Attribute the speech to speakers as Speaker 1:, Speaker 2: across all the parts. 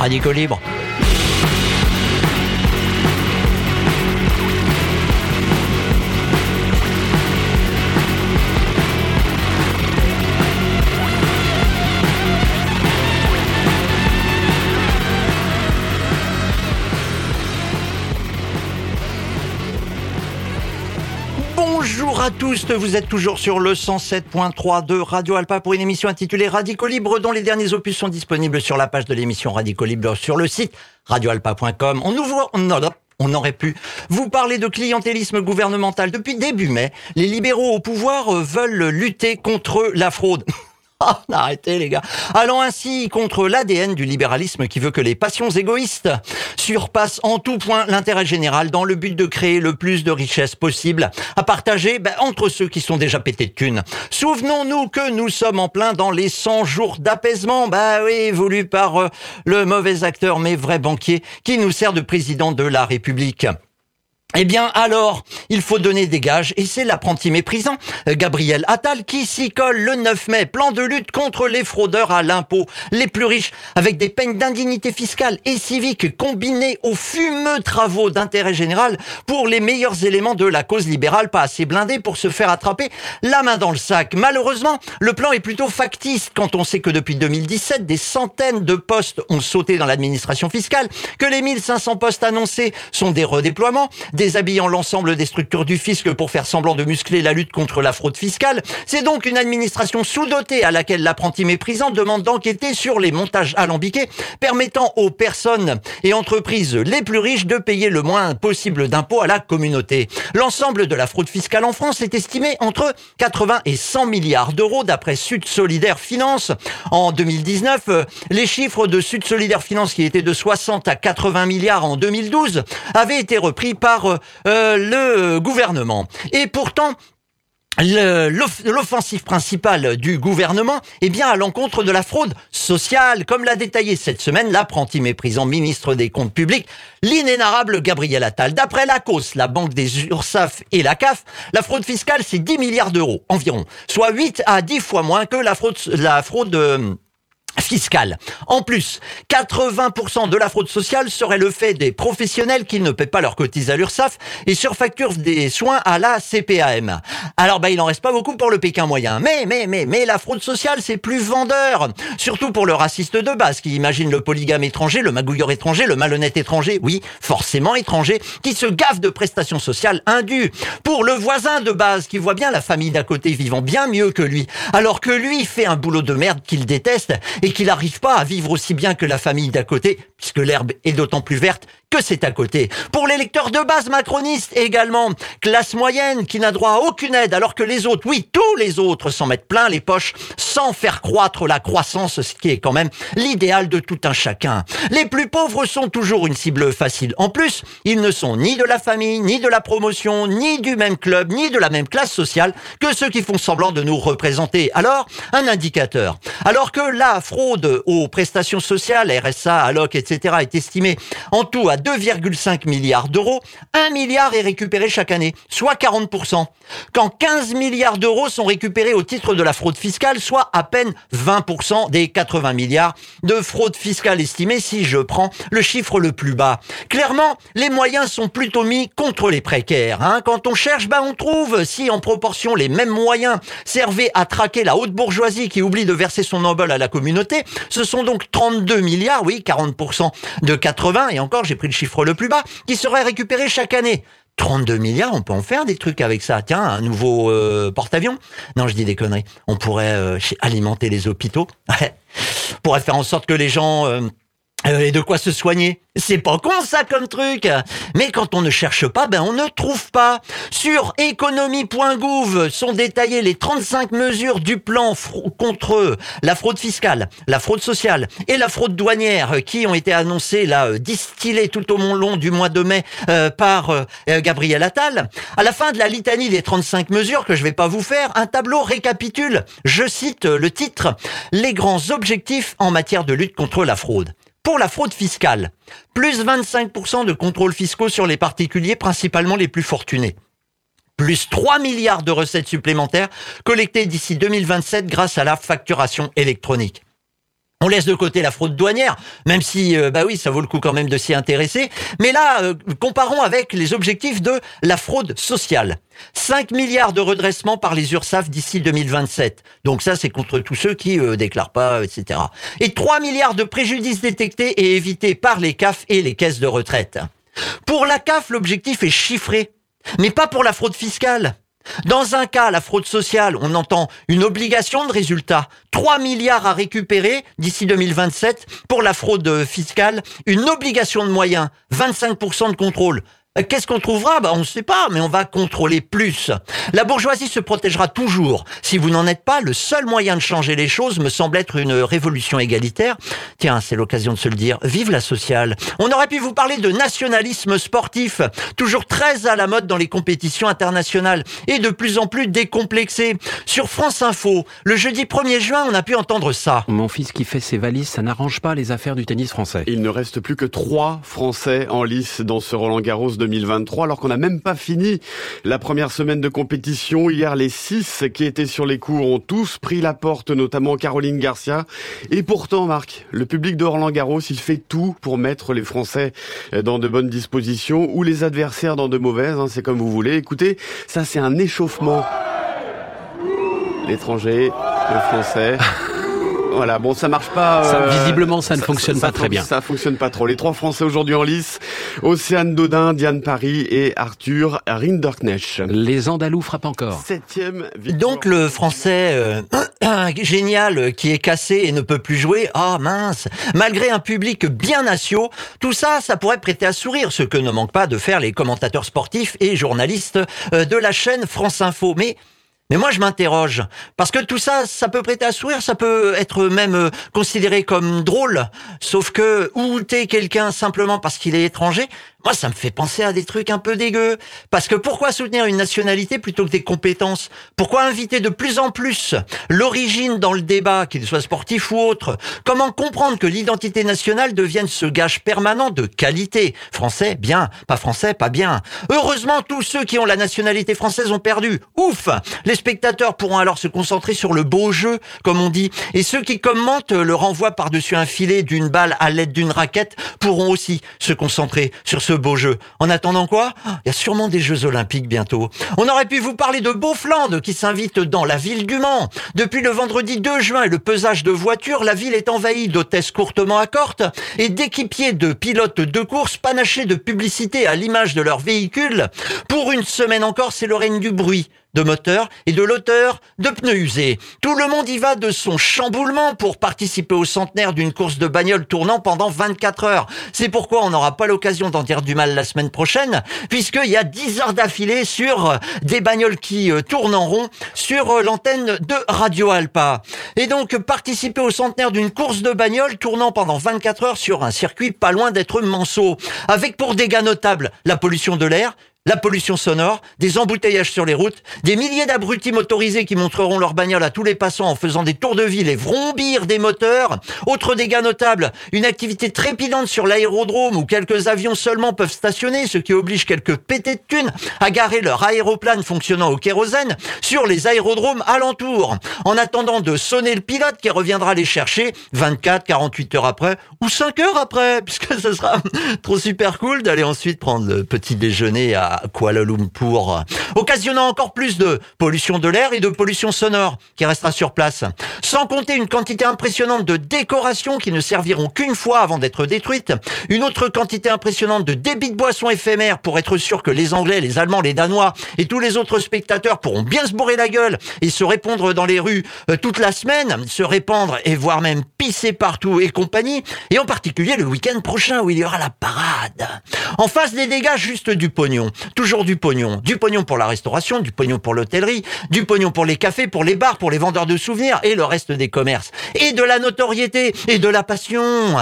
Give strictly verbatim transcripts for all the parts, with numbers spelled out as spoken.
Speaker 1: Radicaux Libre. Bonjour à tous, vous êtes toujours sur le cent sept point trois de Radio Alpa pour une émission intitulée Radicaux Libre, dont les derniers opus sont disponibles sur la page de l'émission Radicaux Libre sur le site radio alpa point com. On nous voit, on, on aurait pu vous parler de clientélisme gouvernemental. Depuis début mai, les libéraux au pouvoir veulent lutter contre la fraude. Ah, arrêtez les gars. Allant ainsi contre l'A D N du libéralisme qui veut que les passions égoïstes surpassent en tout point l'intérêt général dans le but de créer le plus de richesses possible à partager ben, entre ceux qui sont déjà pétés de thunes. Souvenons-nous que nous sommes en plein dans les cent jours d'apaisement, bah oui, voulu par euh, le mauvais acteur mais vrai banquier qui nous sert de président de la République. Eh bien, alors, il faut donner des gages, et c'est l'apprenti méprisant, Gabriel Attal, qui s'y colle le neuf mai, plan de lutte contre les fraudeurs à l'impôt, les plus riches, avec des peines d'indignité fiscale et civique combinées aux fumeux travaux d'intérêt général pour les meilleurs éléments de la cause libérale, pas assez blindés pour se faire attraper la main dans le sac. Malheureusement, le plan est plutôt factice quand on sait que depuis deux mille dix-sept, des centaines de postes ont sauté dans l'administration fiscale, que les mille cinq cents postes annoncés sont des redéploiements, déshabillant l'ensemble des structures du fisc pour faire semblant de muscler la lutte contre la fraude fiscale. C'est donc une administration sous-dotée à laquelle l'apprenti méprisant demande d'enquêter sur les montages alambiqués permettant aux personnes et entreprises les plus riches de payer le moins possible d'impôts à la communauté. L'ensemble de la fraude fiscale en France est estimé entre quatre-vingts et cent milliards d'euros d'après Sud Solidaire Finance. En deux mille dix-neuf, les chiffres de Sud Solidaire Finance qui étaient de soixante à quatre-vingts milliards en deux mille douze avaient été repris par Euh, le gouvernement. Et pourtant, Le, l'off- l'offensive principale du gouvernement est bien à l'encontre de la fraude sociale, comme l'a détaillé cette semaine l'apprenti méprisant ministre des Comptes publics, l'inénarrable Gabriel Attal. D'après la C O S, la banque des URSSAF et la C A F, la fraude fiscale c'est dix milliards d'euros environ, soit huit à dix fois moins que la fraude, la fraude euh, fiscale. En plus, quatre-vingts pour cent de la fraude sociale serait le fait des professionnels qui ne paient pas leur cotise à l'URSSAF et surfacturent des soins à la C P A M. Alors bah il en reste pas beaucoup pour le Pékin moyen. Mais mais mais mais la fraude sociale c'est plus vendeur, surtout pour le raciste de base qui imagine le polygame étranger, le magouilleur étranger, le malhonnête étranger, oui, forcément étranger, qui se gaffe de prestations sociales indues. Pour le voisin de base qui voit bien la famille d'à côté vivant bien mieux que lui, alors que lui fait un boulot de merde qu'il déteste et qu'il n'arrive pas à vivre aussi bien que la famille d'à côté, puisque l'herbe est d'autant plus verte que c'est à côté. Pour l'électeur de base macroniste également, classe moyenne qui n'a droit à aucune aide, alors que les autres, oui, tous les autres s'en mettent plein les poches sans faire croître la croissance, ce qui est quand même l'idéal de tout un chacun. Les plus pauvres sont toujours une cible facile. En plus, ils ne sont ni de la famille, ni de la promotion, ni du même club, ni de la même classe sociale que ceux qui font semblant de nous représenter. Alors, un indicateur. Alors que la fraude aux prestations sociales, R S A, alloc, et cetera est estimée en tout à deux virgule cinq milliards d'euros, un milliard est récupéré chaque année, soit quarante pour cent. Quand quinze milliards d'euros sont récupérés au titre de la fraude fiscale, soit à peine vingt pour cent des quatre-vingts milliards de fraude fiscale estimée si je prends le chiffre le plus bas. Clairement, les moyens sont plutôt mis contre les précaires. Hein. Quand on cherche, bah on trouve. Si en proportion les mêmes moyens servaient à traquer la haute bourgeoisie qui oublie de verser son envol à la communauté, ce sont donc trente-deux milliards, oui, quarante pour cent de quatre-vingts, et encore j'ai pris le chiffre le plus bas, qui seraient récupérés chaque année. trente-deux milliards, on peut en faire des trucs avec ça. Tiens, un nouveau euh, porte-avions. Non, je dis des conneries. On pourrait euh, alimenter les hôpitaux. on pourrait faire en sorte que les gens euh, aient de quoi se soigner. C'est pas con ça comme truc. Mais quand on ne cherche pas, ben on ne trouve pas. Sur économie point gouv sont détaillées les trente-cinq mesures du plan fr- contre la fraude fiscale, la fraude sociale et la fraude douanière qui ont été annoncées là, euh, distillées tout au long du mois de mai euh, par euh, Gabriel Attal. À la fin de la litanie des trente-cinq mesures que je vais pas vous faire, un tableau récapitule, je cite le titre, les grands objectifs en matière de lutte contre la fraude. Pour la fraude fiscale, plus vingt-cinq pour cent de contrôles fiscaux sur les particuliers, principalement les plus fortunés. Plus trois milliards de recettes supplémentaires collectées d'ici deux mille vingt-sept grâce à la facturation électronique. On laisse de côté la fraude douanière, même si, euh, bah oui, ça vaut le coup quand même de s'y intéresser. Mais là, euh, comparons avec les objectifs de la fraude sociale. cinq milliards de redressement par les URSSAF d'ici deux mille vingt-sept. Donc ça, c'est contre tous ceux qui euh, déclarent pas, et cetera. Et trois milliards de préjudices détectés et évités par les C A F et les caisses de retraite. Pour la C A F, l'objectif est chiffré, mais pas pour la fraude fiscale. Dans un cas, la fraude sociale, on entend une obligation de résultat, trois milliards à récupérer d'ici deux mille vingt-sept. Pour la fraude fiscale, une obligation de moyens, vingt-cinq pour cent de contrôle. Qu'est-ce qu'on trouvera ? Bah, on ne sait pas, mais on va contrôler plus. La bourgeoisie se protégera toujours. Si vous n'en êtes pas, le seul moyen de changer les choses me semble être une révolution égalitaire. Tiens, c'est l'occasion de se le dire. Vive la sociale. On aurait pu vous parler de nationalisme sportif, toujours très à la mode dans les compétitions internationales et de plus en plus décomplexé. Sur France Info, le jeudi premier juin, on a pu entendre ça.
Speaker 2: Mon fils qui fait ses valises, ça n'arrange pas les affaires du tennis français.
Speaker 3: Il ne reste plus que trois Français en lice dans ce Roland-Garros deux mille vingt-trois, alors qu'on n'a même pas fini la première semaine de compétition. Hier, les six qui étaient sur les cours ont tous pris la porte, notamment Caroline Garcia. Et pourtant, Marc, le public de Roland-Garros, il fait tout pour mettre les Français dans de bonnes dispositions ou les adversaires dans de mauvaises, hein, c'est comme vous voulez. Écoutez, ça c'est un échauffement. L'étranger, le Français... Voilà, bon, ça marche pas.
Speaker 2: Ça,
Speaker 3: euh,
Speaker 2: visiblement, ça ne
Speaker 3: ça,
Speaker 2: fonctionne
Speaker 3: ça,
Speaker 2: pas très bien.
Speaker 3: Ça fonctionne pas trop. Les trois Français aujourd'hui en lice, Océane Dodin, Diane Paris et Arthur Rinderknecht.
Speaker 2: Les Andalous frappent encore.
Speaker 3: Septième victoire.
Speaker 1: Donc le Français euh, génial qui est cassé et ne peut plus jouer, ah mince, malgré un public bien asio, tout ça, ça pourrait prêter à sourire, ce que ne manquent pas de faire les commentateurs sportifs et journalistes de la chaîne France Info. Mais Mais moi, je m'interroge, parce que tout ça, ça peut prêter à sourire, ça peut être même considéré comme drôle, sauf que outer quelqu'un simplement parce qu'il est étranger, moi, ça me fait penser à des trucs un peu dégueux. Parce que pourquoi soutenir une nationalité plutôt que des compétences ? Pourquoi inviter de plus en plus l'origine dans le débat, qu'il soit sportif ou autre ? Comment comprendre que l'identité nationale devienne ce gage permanent de qualité ? Français, bien. Pas français, pas bien. Heureusement, tous ceux qui ont la nationalité française ont perdu. Ouf ! Les spectateurs pourront alors se concentrer sur le beau jeu, comme on dit. Et ceux qui commentent le renvoi par-dessus un filet d'une balle à l'aide d'une raquette pourront aussi se concentrer sur ce beau jeu. En attendant quoi ? Il y a sûrement des Jeux Olympiques bientôt. On aurait pu vous parler de Beaufland qui s'invite dans la ville du Mans. Depuis le vendredi deux juin et le pesage de voitures, la ville est envahie d'hôtesses courtement accortes et d'équipiers de pilotes de course panachés de publicité à l'image de leurs véhicules. Pour une semaine encore, c'est le règne du bruit, de moteur et de l'auteur de pneus usés. Tout le monde y va de son chamboulement pour participer au centenaire d'une course de bagnole tournant pendant vingt-quatre heures. C'est pourquoi on n'aura pas l'occasion d'en dire du mal la semaine prochaine, puisqu'il y a dix heures d'affilée sur des bagnoles qui tournent en rond sur l'antenne de Radio Alpa. Et donc, participer au centenaire d'une course de bagnole tournant pendant vingt-quatre heures sur un circuit pas loin d'être Manceau, avec pour dégâts notables la pollution de l'air, la pollution sonore, des embouteillages sur les routes, des milliers d'abrutis motorisés qui montreront leur bagnole à tous les passants en faisant des tours de ville et vrombir des moteurs. Autre dégât notable, une activité trépidante sur l'aérodrome où quelques avions seulement peuvent stationner, ce qui oblige quelques pétés de thunes à garer leur aéroplane fonctionnant au kérosène sur les aérodromes alentours, en attendant de sonner le pilote qui reviendra les chercher vingt-quatre, quarante-huit heures après ou cinq heures après, puisque ce sera trop super cool d'aller ensuite prendre le petit déjeuner à Kuala Lumpur, occasionnant encore plus de pollution de l'air et de pollution sonore qui restera sur place. Sans compter une quantité impressionnante de décorations qui ne serviront qu'une fois avant d'être détruites, une autre quantité impressionnante de débits de boissons éphémères pour être sûr que les Anglais, les Allemands, les Danois et tous les autres spectateurs pourront bien se bourrer la gueule et se répandre dans les rues euh, toute la semaine, se répandre et voire même pisser partout et compagnie, et en particulier le week-end prochain où il y aura la parade. En face des dégâts, juste du pognon. Toujours du pognon. Du pognon pour la restauration, du pognon pour l'hôtellerie, du pognon pour les cafés, pour les bars, pour les vendeurs de souvenirs et le reste des commerces. Et de la notoriété et de la passion.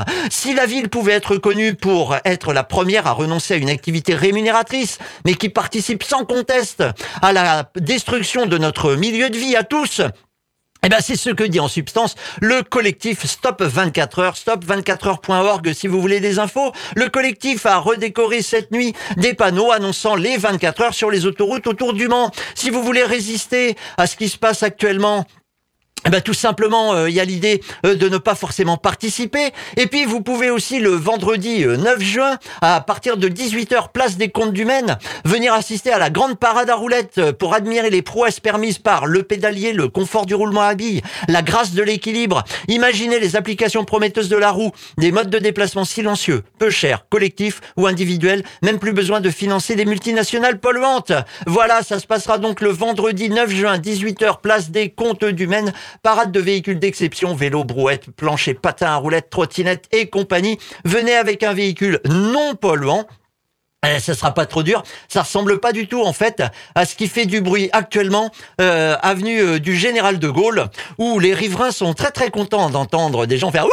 Speaker 1: Si la ville pouvait être connue pour être la première à renoncer à une activité rémunératrice, mais qui participe sans conteste à la destruction de notre milieu de vie à tous, eh ben, c'est ce que dit en substance le collectif Stop vingt-quatre heures, stop vingt-quatre heures point org si vous voulez des infos. Le collectif a redécoré cette nuit des panneaux annonçant les vingt-quatre heures sur les autoroutes autour du Mans. Si vous voulez résister à ce qui se passe actuellement, Eh ben, tout simplement, il euh, y a l'idée euh, de ne pas forcément participer. Et puis, vous pouvez aussi, le vendredi euh, neuf juin, à partir de dix-huit heures, place des Comptes du Maine, venir assister à la grande parade à roulettes euh, pour admirer les prouesses permises par le pédalier, le confort du roulement à billes, la grâce de l'équilibre. Imaginez les applications prometteuses de la roue, des modes de déplacement silencieux, peu chers, collectifs ou individuels, même plus besoin de financer des multinationales polluantes. Voilà, ça se passera donc le vendredi neuf juin, dix-huit heures, place des Comptes du Maine. Parade de véhicules d'exception, vélos, brouettes, planchers, patins à roulettes, trottinettes et compagnie. Venez avec un véhicule non polluant. Eh, ça sera pas trop dur. Ça ressemble pas du tout, en fait, à ce qui fait du bruit actuellement, euh, avenue euh, du Général de Gaulle, où les riverains sont très très contents d'entendre des gens faire «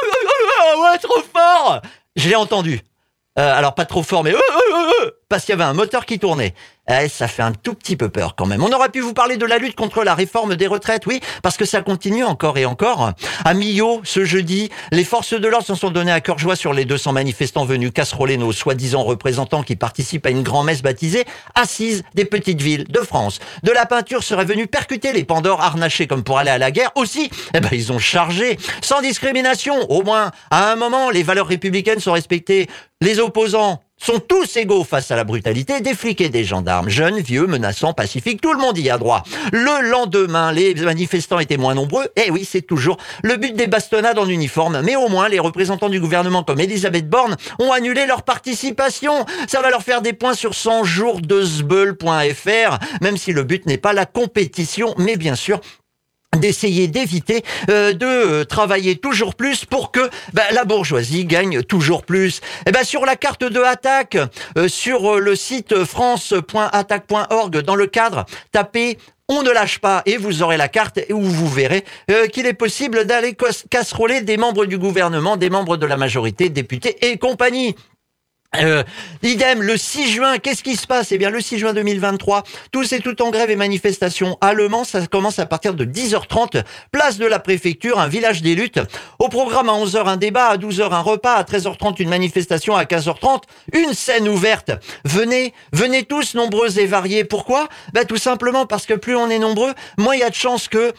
Speaker 1: Ouais, trop fort !» Je l'ai entendu. Euh, alors pas trop fort, mais parce qu'il y avait un moteur qui tournait. Eh, ça fait un tout petit peu peur quand même. On aurait pu vous parler de la lutte contre la réforme des retraites, oui, parce que ça continue encore et encore. À Millau, ce jeudi, les forces de l'ordre se sont données à cœur joie sur les deux cents manifestants venus casseroler nos soi-disant représentants qui participent à une grand-messe baptisée Assise des petites villes de France. De la peinture serait venue percuter les pandores harnachés comme pour aller à la guerre. Aussi, eh ben, ils ont chargé. Sans discrimination, au moins, à un moment, les valeurs républicaines sont respectées. Les opposants sont tous égaux face à la brutalité des flics et des gendarmes. Jeunes, vieux, menaçants, pacifiques, tout le monde y a droit. Le lendemain, les manifestants étaient moins nombreux. Eh oui, c'est toujours le but des bastonnades en uniforme. Mais au moins, les représentants du gouvernement comme Elisabeth Borne ont annulé leur participation. Ça va leur faire des points sur cent jours de sbeul point f r, même si le but n'est pas la compétition, mais bien sûr d'essayer d'éviter euh, de euh, travailler toujours plus pour que bah, la bourgeoisie gagne toujours plus. Et ben sur la carte de attaque, euh, sur euh, le site france point attaque point org, dans le cadre, tapez On ne lâche pas et vous aurez la carte où vous verrez euh, qu'il est possible d'aller casseroler des membres du gouvernement, des membres de la majorité, députés et compagnie. Euh, idem, le six juin, qu'est-ce qui se passe? Eh bien, le six juin deux mille vingt-trois, tous et toutes en grève et manifestation. À Le Mans, ça commence à partir de dix heures trente, place de la préfecture, un village des luttes. Au programme, à onze heures, un débat, à douze heures, un repas, à treize heures trente, une manifestation, à quinze heures trente, une scène ouverte. Venez, venez tous, nombreux et variés. Pourquoi? Bah, tout simplement parce que plus on est nombreux, moins il y a de chances que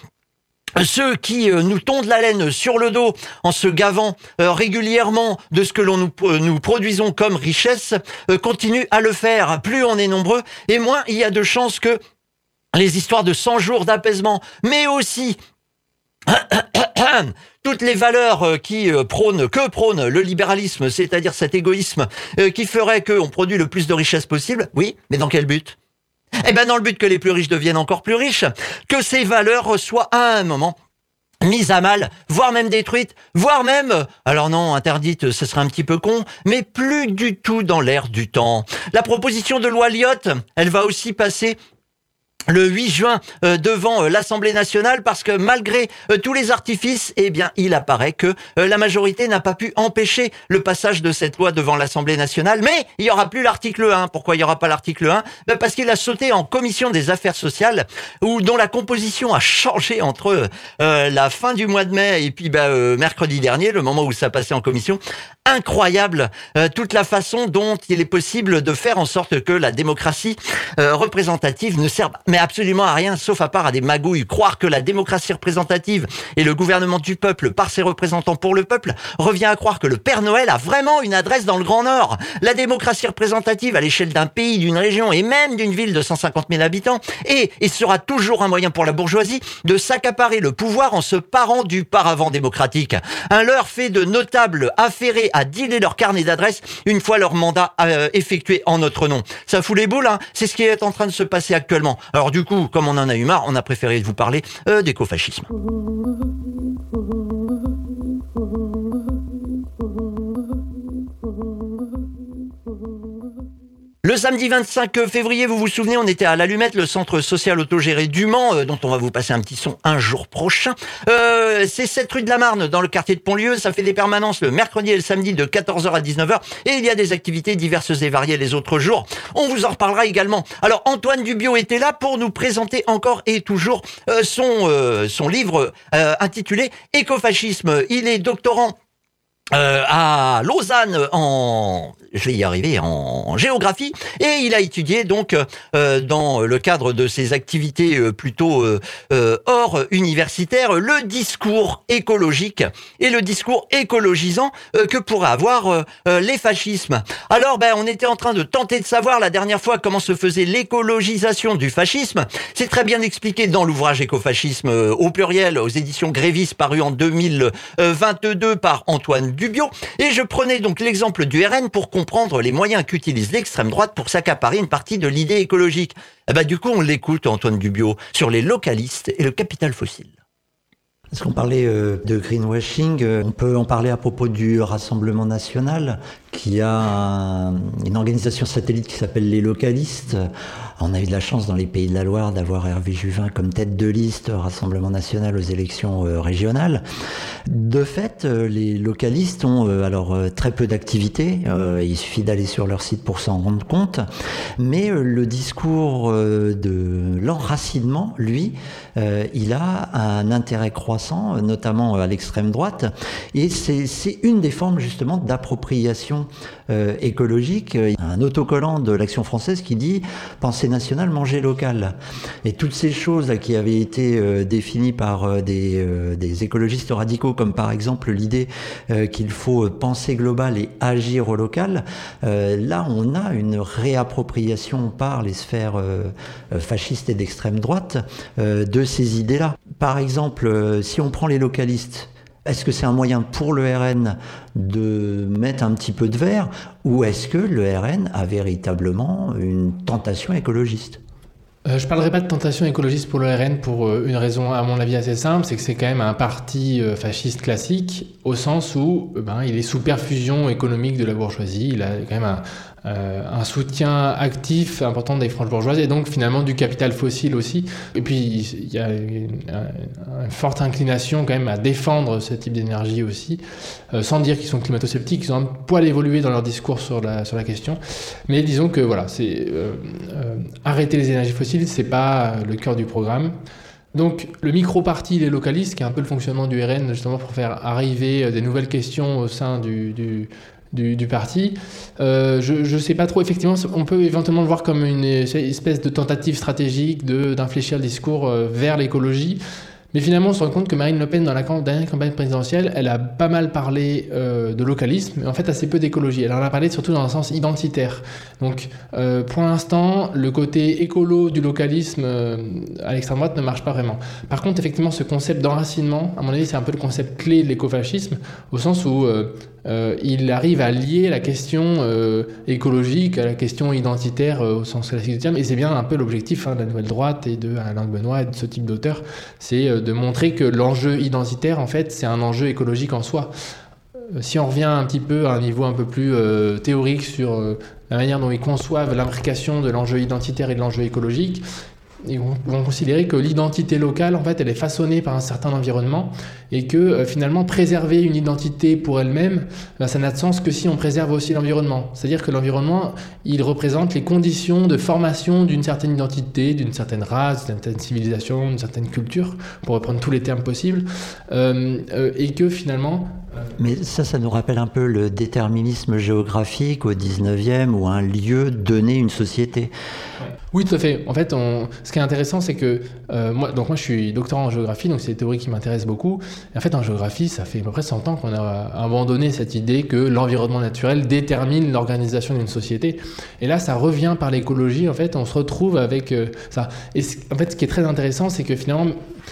Speaker 1: ceux qui euh, nous tondent la laine sur le dos en se gavant euh, régulièrement de ce que l'on nous, euh, nous produisons comme richesse euh, continuent à le faire. Plus on est nombreux et moins il y a de chances que les histoires de cent jours d'apaisement, mais aussi toutes les valeurs qui prônent, que prône le libéralisme, c'est-à-dire cet égoïsme euh, qui ferait qu'on produit le plus de richesse possible. Oui, mais dans quel but ? Eh ben dans le but que les plus riches deviennent encore plus riches, que ces valeurs soient à un moment mises à mal, voire même détruites, voire même, alors non, interdites, ce serait un petit peu con, mais plus du tout dans l'air du temps. La proposition de loi Lyotte, elle va aussi passer le huit juin euh, devant euh, l'Assemblée nationale parce que malgré euh, tous les artifices, eh bien, il apparaît que euh, la majorité n'a pas pu empêcher le passage de cette loi devant l'Assemblée nationale. Mais il y aura plus l'article un. Pourquoi il y aura pas l'article un? Ben parce qu'il a sauté en commission des affaires sociales, où dont la composition a changé entre euh, la fin du mois de mai et puis ben, euh, mercredi dernier, le moment où ça passait en commission. Incroyable euh, toute la façon dont il est possible de faire en sorte que la démocratie euh, représentative ne serve mais absolument à rien, sauf à part à des magouilles. Croire que la démocratie représentative et le gouvernement du peuple par ses représentants pour le peuple revient à croire que le Père Noël a vraiment une adresse dans le Grand Nord. La démocratie représentative à l'échelle d'un pays, d'une région et même d'une ville de cent cinquante mille habitants est et sera toujours un moyen pour la bourgeoisie de s'accaparer le pouvoir en se parant du paravent démocratique. Un leurre fait de notables affairés à dealer leur carnet d'adresses une fois leur mandat euh, effectué en notre nom. Ça fout les boules, hein. C'est ce qui est en train de se passer actuellement. Alors du coup, comme on en a eu marre, on a préféré vous parler euh, d'écofascisme. Le samedi vingt-cinq février, vous vous souvenez, on était à l'Allumette, le centre social autogéré du Mans, euh, dont on va vous passer un petit son un jour prochain. Euh, c'est sept rue de la Marne, dans le quartier de Pontlieu. Ça fait des permanences le mercredi et le samedi de quatorze heures à dix-neuf heures. Et il y a des activités diverses et variées les autres jours. On vous en reparlera également. Alors, Antoine Dubio était là pour nous présenter encore et toujours euh, son, euh, son livre euh, intitulé Écofascisme. Il est doctorant Euh, à Lausanne en, je vais y arriver, en, en géographie, et il a étudié donc euh, dans le cadre de ses activités euh, plutôt euh, euh, hors universitaire le discours écologique et le discours écologisant euh, que pourraient avoir euh, euh, les fascismes. Alors ben on était en train de tenter de savoir la dernière fois comment se faisait l'écologisation du fascisme. C'est très bien expliqué dans l'ouvrage Écofascisme euh, au pluriel aux éditions Grévis paru en deux mille vingt-deux par Antoine Dubiot, et je prenais donc l'exemple du R N pour comprendre les moyens qu'utilise l'extrême droite pour s'accaparer une partie de l'idée écologique. Eh ben, du coup, on l'écoute, Antoine Dubiot, sur les localistes et le capital fossile.
Speaker 4: Parce qu'on parlait euh, de greenwashing, euh, on peut en parler à propos du Rassemblement national, qui a un, une organisation satellite qui s'appelle les localistes. On a eu de la chance dans les Pays de la Loire d'avoir Hervé Juvin comme tête de liste Rassemblement national aux élections euh, régionales. De fait, euh, les localistes ont euh, alors euh, très peu d'activités. Euh, il suffit d'aller sur leur site pour s'en rendre compte. Mais euh, le discours euh, de l'enracinement, lui, euh, il a un intérêt croissant, notamment à l'extrême droite. Et c'est, c'est une des formes justement d'appropriation euh, écologique. Il y a un autocollant de l'Action française qui dit « Pensée nationale, manger local ». Et toutes ces choses là, qui avaient été euh, définies par euh, des, euh, des écologistes radicaux, comme par exemple l'idée euh, qu'il faut penser global et agir au local, euh, là on a une réappropriation par les sphères euh, fascistes et d'extrême droite euh, de ces idées-là. Par exemple, euh, si on prend les localistes, est-ce que c'est un moyen pour le R N de mettre un petit peu de vert, ou est-ce que le R N a véritablement une tentation écologiste ?
Speaker 5: Euh, je ne parlerai pas de tentation écologiste pour le R N pour euh, une raison à mon avis assez simple, c'est que c'est quand même un parti euh, fasciste classique, au sens où euh, ben, il est sous perfusion économique de la bourgeoisie, il a quand même un, euh, un soutien actif important des franges bourgeoises et donc finalement du capital fossile aussi. Et puis il y a une, une, une forte inclination quand même à défendre ce type d'énergie aussi, euh, sans dire qu'ils sont climato-sceptiques, ils ont un poil évolué dans leur discours sur la, sur la question. Mais disons que voilà, c'est euh, euh, arrêter les énergies fossiles, c'est pas le cœur du programme. Donc le micro-parti, les localistes, qui est un peu le fonctionnement du R N, justement pour faire arriver des nouvelles questions au sein du, du, du, du parti. Euh, je ne sais pas trop, effectivement, on peut éventuellement le voir comme une espèce de tentative stratégique de, d'infléchir le discours vers l'écologie. Mais finalement, on se rend compte que Marine Le Pen, dans la dernière campagne présidentielle, elle a pas mal parlé euh, de localisme, mais en fait assez peu d'écologie. Elle en a parlé surtout dans un sens identitaire. Donc, euh, pour l'instant, le côté écolo du localisme euh, à l'extrême droite ne marche pas vraiment. Par contre, effectivement, ce concept d'enracinement, à mon avis, c'est un peu le concept clé de l'écofascisme, au sens où euh, euh, il arrive à lier la question euh, écologique à la question identitaire euh, au sens classique du terme, et c'est bien un peu l'objectif hein, de la Nouvelle Droite et de Alain Benoît et de ce type d'auteur, c'est euh, de montrer que l'enjeu identitaire, en fait, c'est un enjeu écologique en soi. Si on revient un petit peu à un niveau un peu plus euh, théorique sur euh, la manière dont ils conçoivent l'imbrication de l'enjeu identitaire et de l'enjeu écologique, ils vont, vont considérer que l'identité locale, en fait, elle est façonnée par un certain environnement et que euh, finalement préserver une identité pour elle-même, ben, ça n'a de sens que si on préserve aussi l'environnement. C'est-à-dire que l'environnement, il représente les conditions de formation d'une certaine identité, d'une certaine race, d'une certaine civilisation, d'une certaine culture, pour reprendre tous les termes possibles, euh, euh, et que finalement...
Speaker 4: Mais ça, ça nous rappelle un peu le déterminisme géographique au dix-neuvième, où un lieu donnait une société.
Speaker 5: Oui, tout à fait. En fait, on... ce qui est intéressant, c'est que euh, moi, donc moi, je suis doctorant en géographie, donc c'est des théories qui m'intéressent beaucoup. Et en fait, en géographie, ça fait à peu près cent ans qu'on a abandonné cette idée que l'environnement naturel détermine l'organisation d'une société. Et là, ça revient par l'écologie. En fait, on se retrouve avec euh, ça. Et en fait, ce qui est très intéressant, c'est que finalement,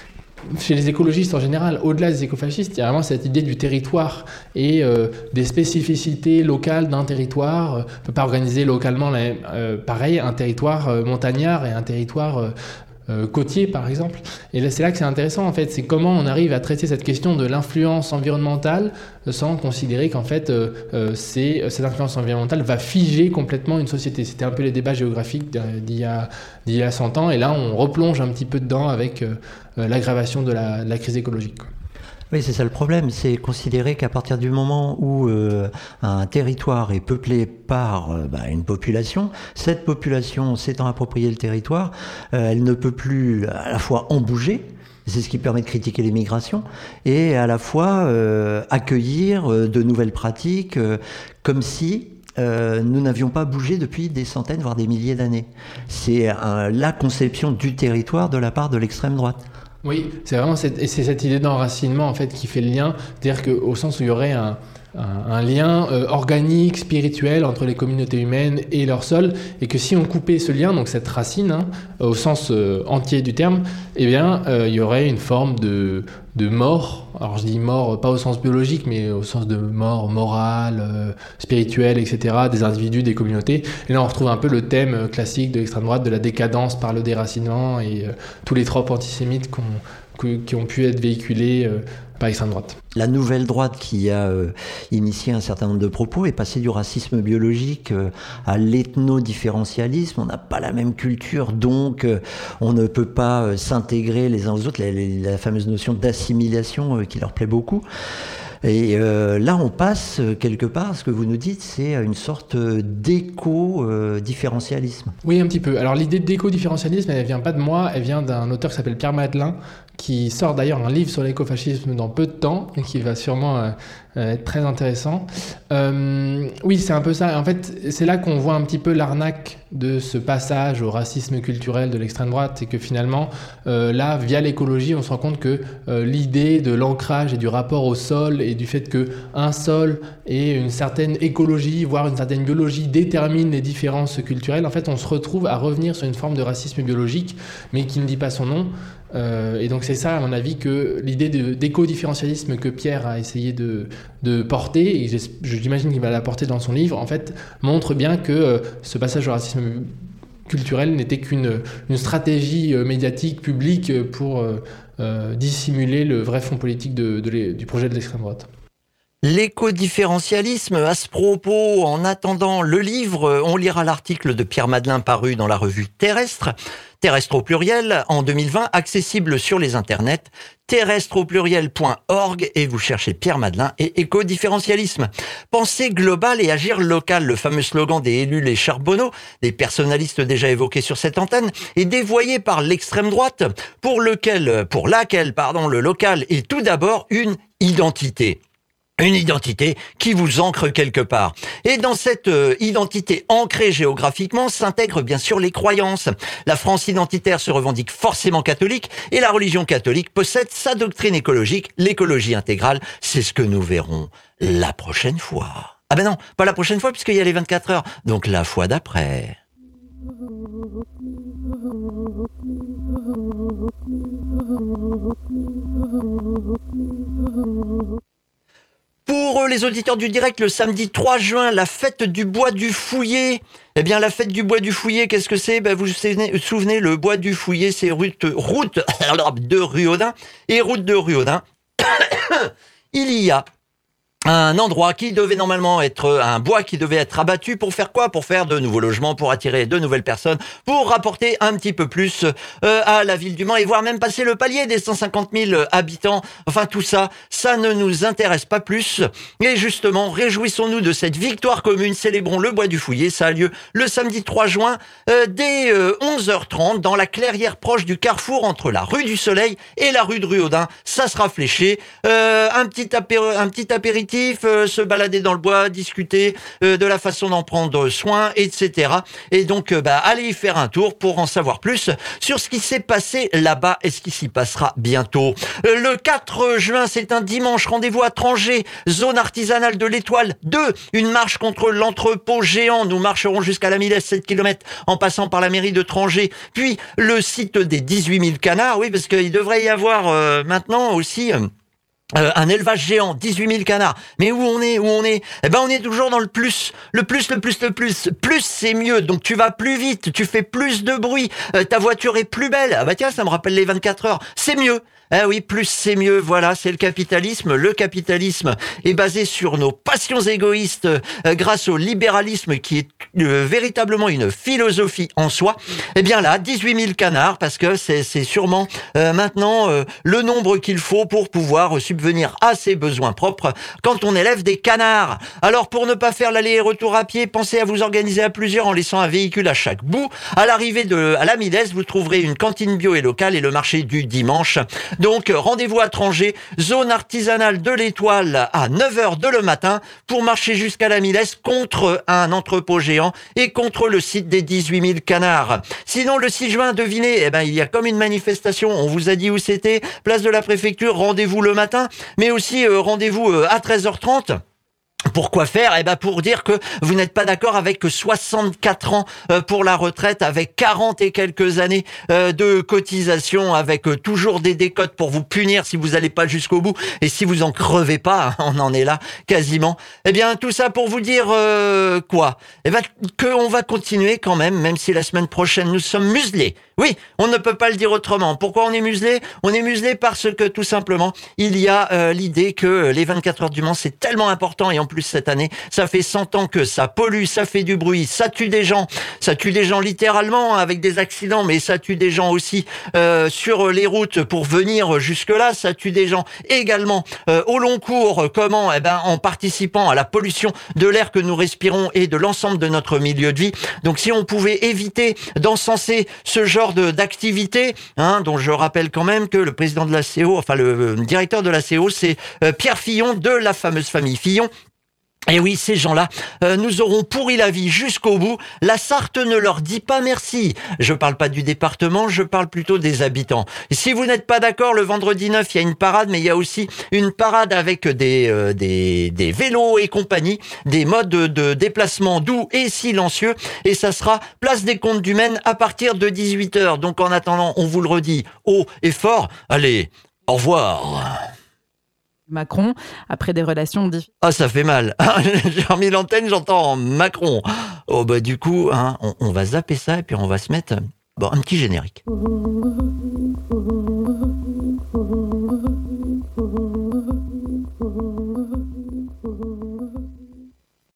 Speaker 5: chez les écologistes en général, au-delà des écofascistes, il y a vraiment cette idée du territoire et euh, des spécificités locales d'un territoire. On ne peut pas organiser localement la, euh, pareil un territoire euh, montagnard et un territoire euh, euh, côtier, par exemple. Et là, c'est là que c'est intéressant, en fait. C'est comment on arrive à traiter cette question de l'influence environnementale sans considérer qu'en fait, euh, euh, c'est, cette influence environnementale va figer complètement une société. C'était un peu les débats géographiques d'il y a, d'il y a cent ans. Et là, on replonge un petit peu dedans avec euh, l'aggravation de la, de la crise écologique.
Speaker 4: Oui, c'est ça le problème, c'est considérer qu'à partir du moment où euh, un territoire est peuplé par euh, bah, une population, cette population s'étant approprié le territoire, euh, elle ne peut plus à la fois en bouger, c'est ce qui permet de critiquer les migrations, et à la fois euh, accueillir euh, de nouvelles pratiques, euh, comme si euh, nous n'avions pas bougé depuis des centaines, voire des milliers d'années. C'est un, la conception du territoire de la part de l'extrême droite.
Speaker 5: Oui, c'est vraiment cette, et c'est cette idée d'enracinement en fait qui fait le lien, c'est-à-dire qu'au sens où il y aurait un Un, un lien euh, organique, spirituel entre les communautés humaines et leur sol, et que si on coupait ce lien, donc cette racine, hein, au sens euh, entier du terme, eh bien, euh, il y aurait une forme de, de mort. Alors je dis mort, pas au sens biologique, mais au sens de mort morale, euh, spirituelle, et cetera, des individus, des communautés. Et là, on retrouve un peu le thème classique de l'extrême droite, de la décadence par le déracinement, et euh, tous les tropes antisémites qu'on, que, qui ont pu être véhiculés euh, par l'extrême droite.
Speaker 4: La nouvelle droite qui a euh, initié un certain nombre de propos est passée du racisme biologique euh, à l'ethno-différentialisme. On n'a pas la même culture, donc euh, on ne peut pas euh, s'intégrer les uns aux autres. La, la, la fameuse notion d'assimilation euh, qui leur plaît beaucoup. Et euh, là, on passe euh, quelque part, ce que vous nous dites, c'est une sorte d'éco-différentialisme.
Speaker 5: Euh, oui, un petit peu. Alors l'idée d'éco-différentialisme, elle ne vient pas de moi, elle vient d'un auteur qui s'appelle Pierre Madelin, qui sort d'ailleurs un livre sur l'écofascisme dans peu de temps, et qui va sûrement euh, être très intéressant. Euh, oui, c'est un peu ça. En fait, c'est là qu'on voit un petit peu l'arnaque de ce passage au racisme culturel de l'extrême droite, c'est que finalement, euh, là, via l'écologie, on se rend compte que euh, l'idée de l'ancrage et du rapport au sol, et du fait qu'un sol et une certaine écologie, voire une certaine biologie, déterminent les différences culturelles, en fait, on se retrouve à revenir sur une forme de racisme biologique, mais qui ne dit pas son nom. Euh, et donc c'est ça, à mon avis, que l'idée de, d'éco-différentialisme que Pierre a essayé de, de porter, et j'imagine qu'il va la porter dans son livre, en fait, montre bien que euh, ce passage au racisme culturel n'était qu'une une stratégie euh, médiatique, publique, pour euh, euh, dissimuler le vrai fond politique de, de du projet de l'extrême droite.
Speaker 1: L'éco-différentialisme, à ce propos, en attendant le livre, on lira l'article de Pierre Madelin paru dans la revue Terrestre, Terrestre au pluriel, en deux mille vingt, accessible sur les internets, terrestre au pluriel point org, et vous cherchez Pierre Madelin et éco-différentialisme. Penser global et agir local, le fameux slogan des élus les charbonneaux, des personnalistes déjà évoqués sur cette antenne, est dévoyé par l'extrême droite, pour lequel, pour laquelle, pardon, le local est tout d'abord une identité. Une identité qui vous ancre quelque part. Et dans cette euh, identité ancrée géographiquement s'intègrent bien sûr les croyances. La France identitaire se revendique forcément catholique et la religion catholique possède sa doctrine écologique, l'écologie intégrale. C'est ce que nous verrons la prochaine fois. Ah ben non, pas la prochaine fois puisqu'il y a les vingt-quatre heures, donc la fois d'après. Pour les auditeurs du direct, le samedi trois juin, la fête du bois du Fouillé. Eh bien, la fête du bois du Fouillé, qu'est-ce que c'est ? Ben, vous vous souvenez, le bois du Fouillé, c'est route, route de Ruaudin et route de Ruaudin. Il y a un endroit qui devait normalement être un bois qui devait être abattu pour faire quoi ? Pour faire de nouveaux logements, pour attirer de nouvelles personnes, pour rapporter un petit peu plus euh, à la ville du Mans et voire même passer le palier des cent cinquante mille habitants. Enfin tout ça, ça ne nous intéresse pas plus. Et justement, réjouissons-nous de cette victoire commune, célébrons le bois du Fouillé. Ça a lieu le samedi trois juin euh, dès euh, onze heures trente dans la clairière proche du carrefour entre la rue du Soleil et la rue de Ruaudin. Ça sera fléché. Euh, un petit apéro, un petit apéritif, Euh, se balader dans le bois, discuter euh, de la façon d'en prendre soin, et cetera. Et donc, euh, bah, allez y faire un tour pour en savoir plus sur ce qui s'est passé là-bas et ce qui s'y passera bientôt. Euh, le quatre juin, c'est un dimanche, rendez-vous à Trangé, zone artisanale de l'Étoile deux, une marche contre l'entrepôt géant. Nous marcherons jusqu'à la Milesse, sept kilomètres, en passant par la mairie de Trangé. Puis, le site des dix-huit mille canards, oui, parce qu'il devrait y avoir euh, maintenant aussi... Euh, Euh, un élevage géant, dix-huit mille canards. Mais où on est, où on est Eh ben, on est toujours dans le plus. Le plus, le plus, le plus. Plus, c'est mieux. Donc, tu vas plus vite, tu fais plus de bruit, euh, ta voiture est plus belle. Ah bah tiens, ça me rappelle les vingt-quatre heures. C'est mieux. Ah oui, plus c'est mieux, voilà, c'est le capitalisme. Le capitalisme est basé sur nos passions égoïstes euh, grâce au libéralisme qui est euh, véritablement une philosophie en soi. Eh bien là, dix-huit mille canards, parce que c'est, c'est sûrement euh, maintenant euh, le nombre qu'il faut pour pouvoir subvenir à ses besoins propres quand on élève des canards. Alors pour ne pas faire l'aller et retour à pied, pensez à vous organiser à plusieurs en laissant un véhicule à chaque bout. À l'arrivée de à la Milès, vous trouverez une cantine bio et locale et le marché du dimanche. Donc rendez-vous à Trangé, zone artisanale de l'Étoile à neuf heures de le matin pour marcher jusqu'à la Milès contre un entrepôt géant et contre le site des dix-huit mille canards. Sinon le six juin, devinez, eh ben il y a comme une manifestation, on vous a dit où c'était, place de la préfecture, rendez-vous le matin, mais aussi euh, rendez-vous euh, à treize heures trente. Pourquoi faire ? Eh ben pour dire que vous n'êtes pas d'accord avec soixante-quatre ans pour la retraite, avec quarante et quelques années de cotisation, avec toujours des décotes pour vous punir si vous n'allez pas jusqu'au bout et si vous en crevez pas, on en est là quasiment. Eh bien tout ça pour vous dire euh, quoi ? Eh ben qu'on va continuer quand même, même si la semaine prochaine nous sommes muselés. Oui, on ne peut pas le dire autrement. Pourquoi on est muselé ? On est muselé parce que tout simplement, il y a euh, l'idée que les vingt-quatre heures du Mans, c'est tellement important et en plus cette année, ça fait cent ans que ça pollue, ça fait du bruit, ça tue des gens, ça tue des gens littéralement avec des accidents, mais ça tue des gens aussi euh, sur les routes pour venir jusque-là, ça tue des gens également euh, au long cours. Comment ? Eh ben en participant à la pollution de l'air que nous respirons et de l'ensemble de notre milieu de vie. Donc si on pouvait éviter d'encenser ce genre de, d'activité, hein, dont je rappelle quand même que le président de la C O, enfin le euh, directeur de la C O, c'est euh, Pierre Fillon de la fameuse famille Fillon. Et oui, ces gens-là euh, nous auront pourri la vie jusqu'au bout. La Sarthe ne leur dit pas merci. Je parle pas du département, je parle plutôt des habitants. Et si vous n'êtes pas d'accord, le vendredi neuf, il y a une parade, mais il y a aussi une parade avec des, euh, des, des vélos et compagnie, des modes de déplacement doux et silencieux. Et ça sera place des Comptes du Maine à partir de dix-huit heures. Donc en attendant, on vous le redit haut et fort. Allez, au revoir.
Speaker 6: Macron, après des relations difficiles.
Speaker 1: Ah, ça fait mal. J'ai remis l'antenne, j'entends Macron. Oh, bah, du coup, hein, on, on va zapper ça et puis on va se mettre bon, un petit générique.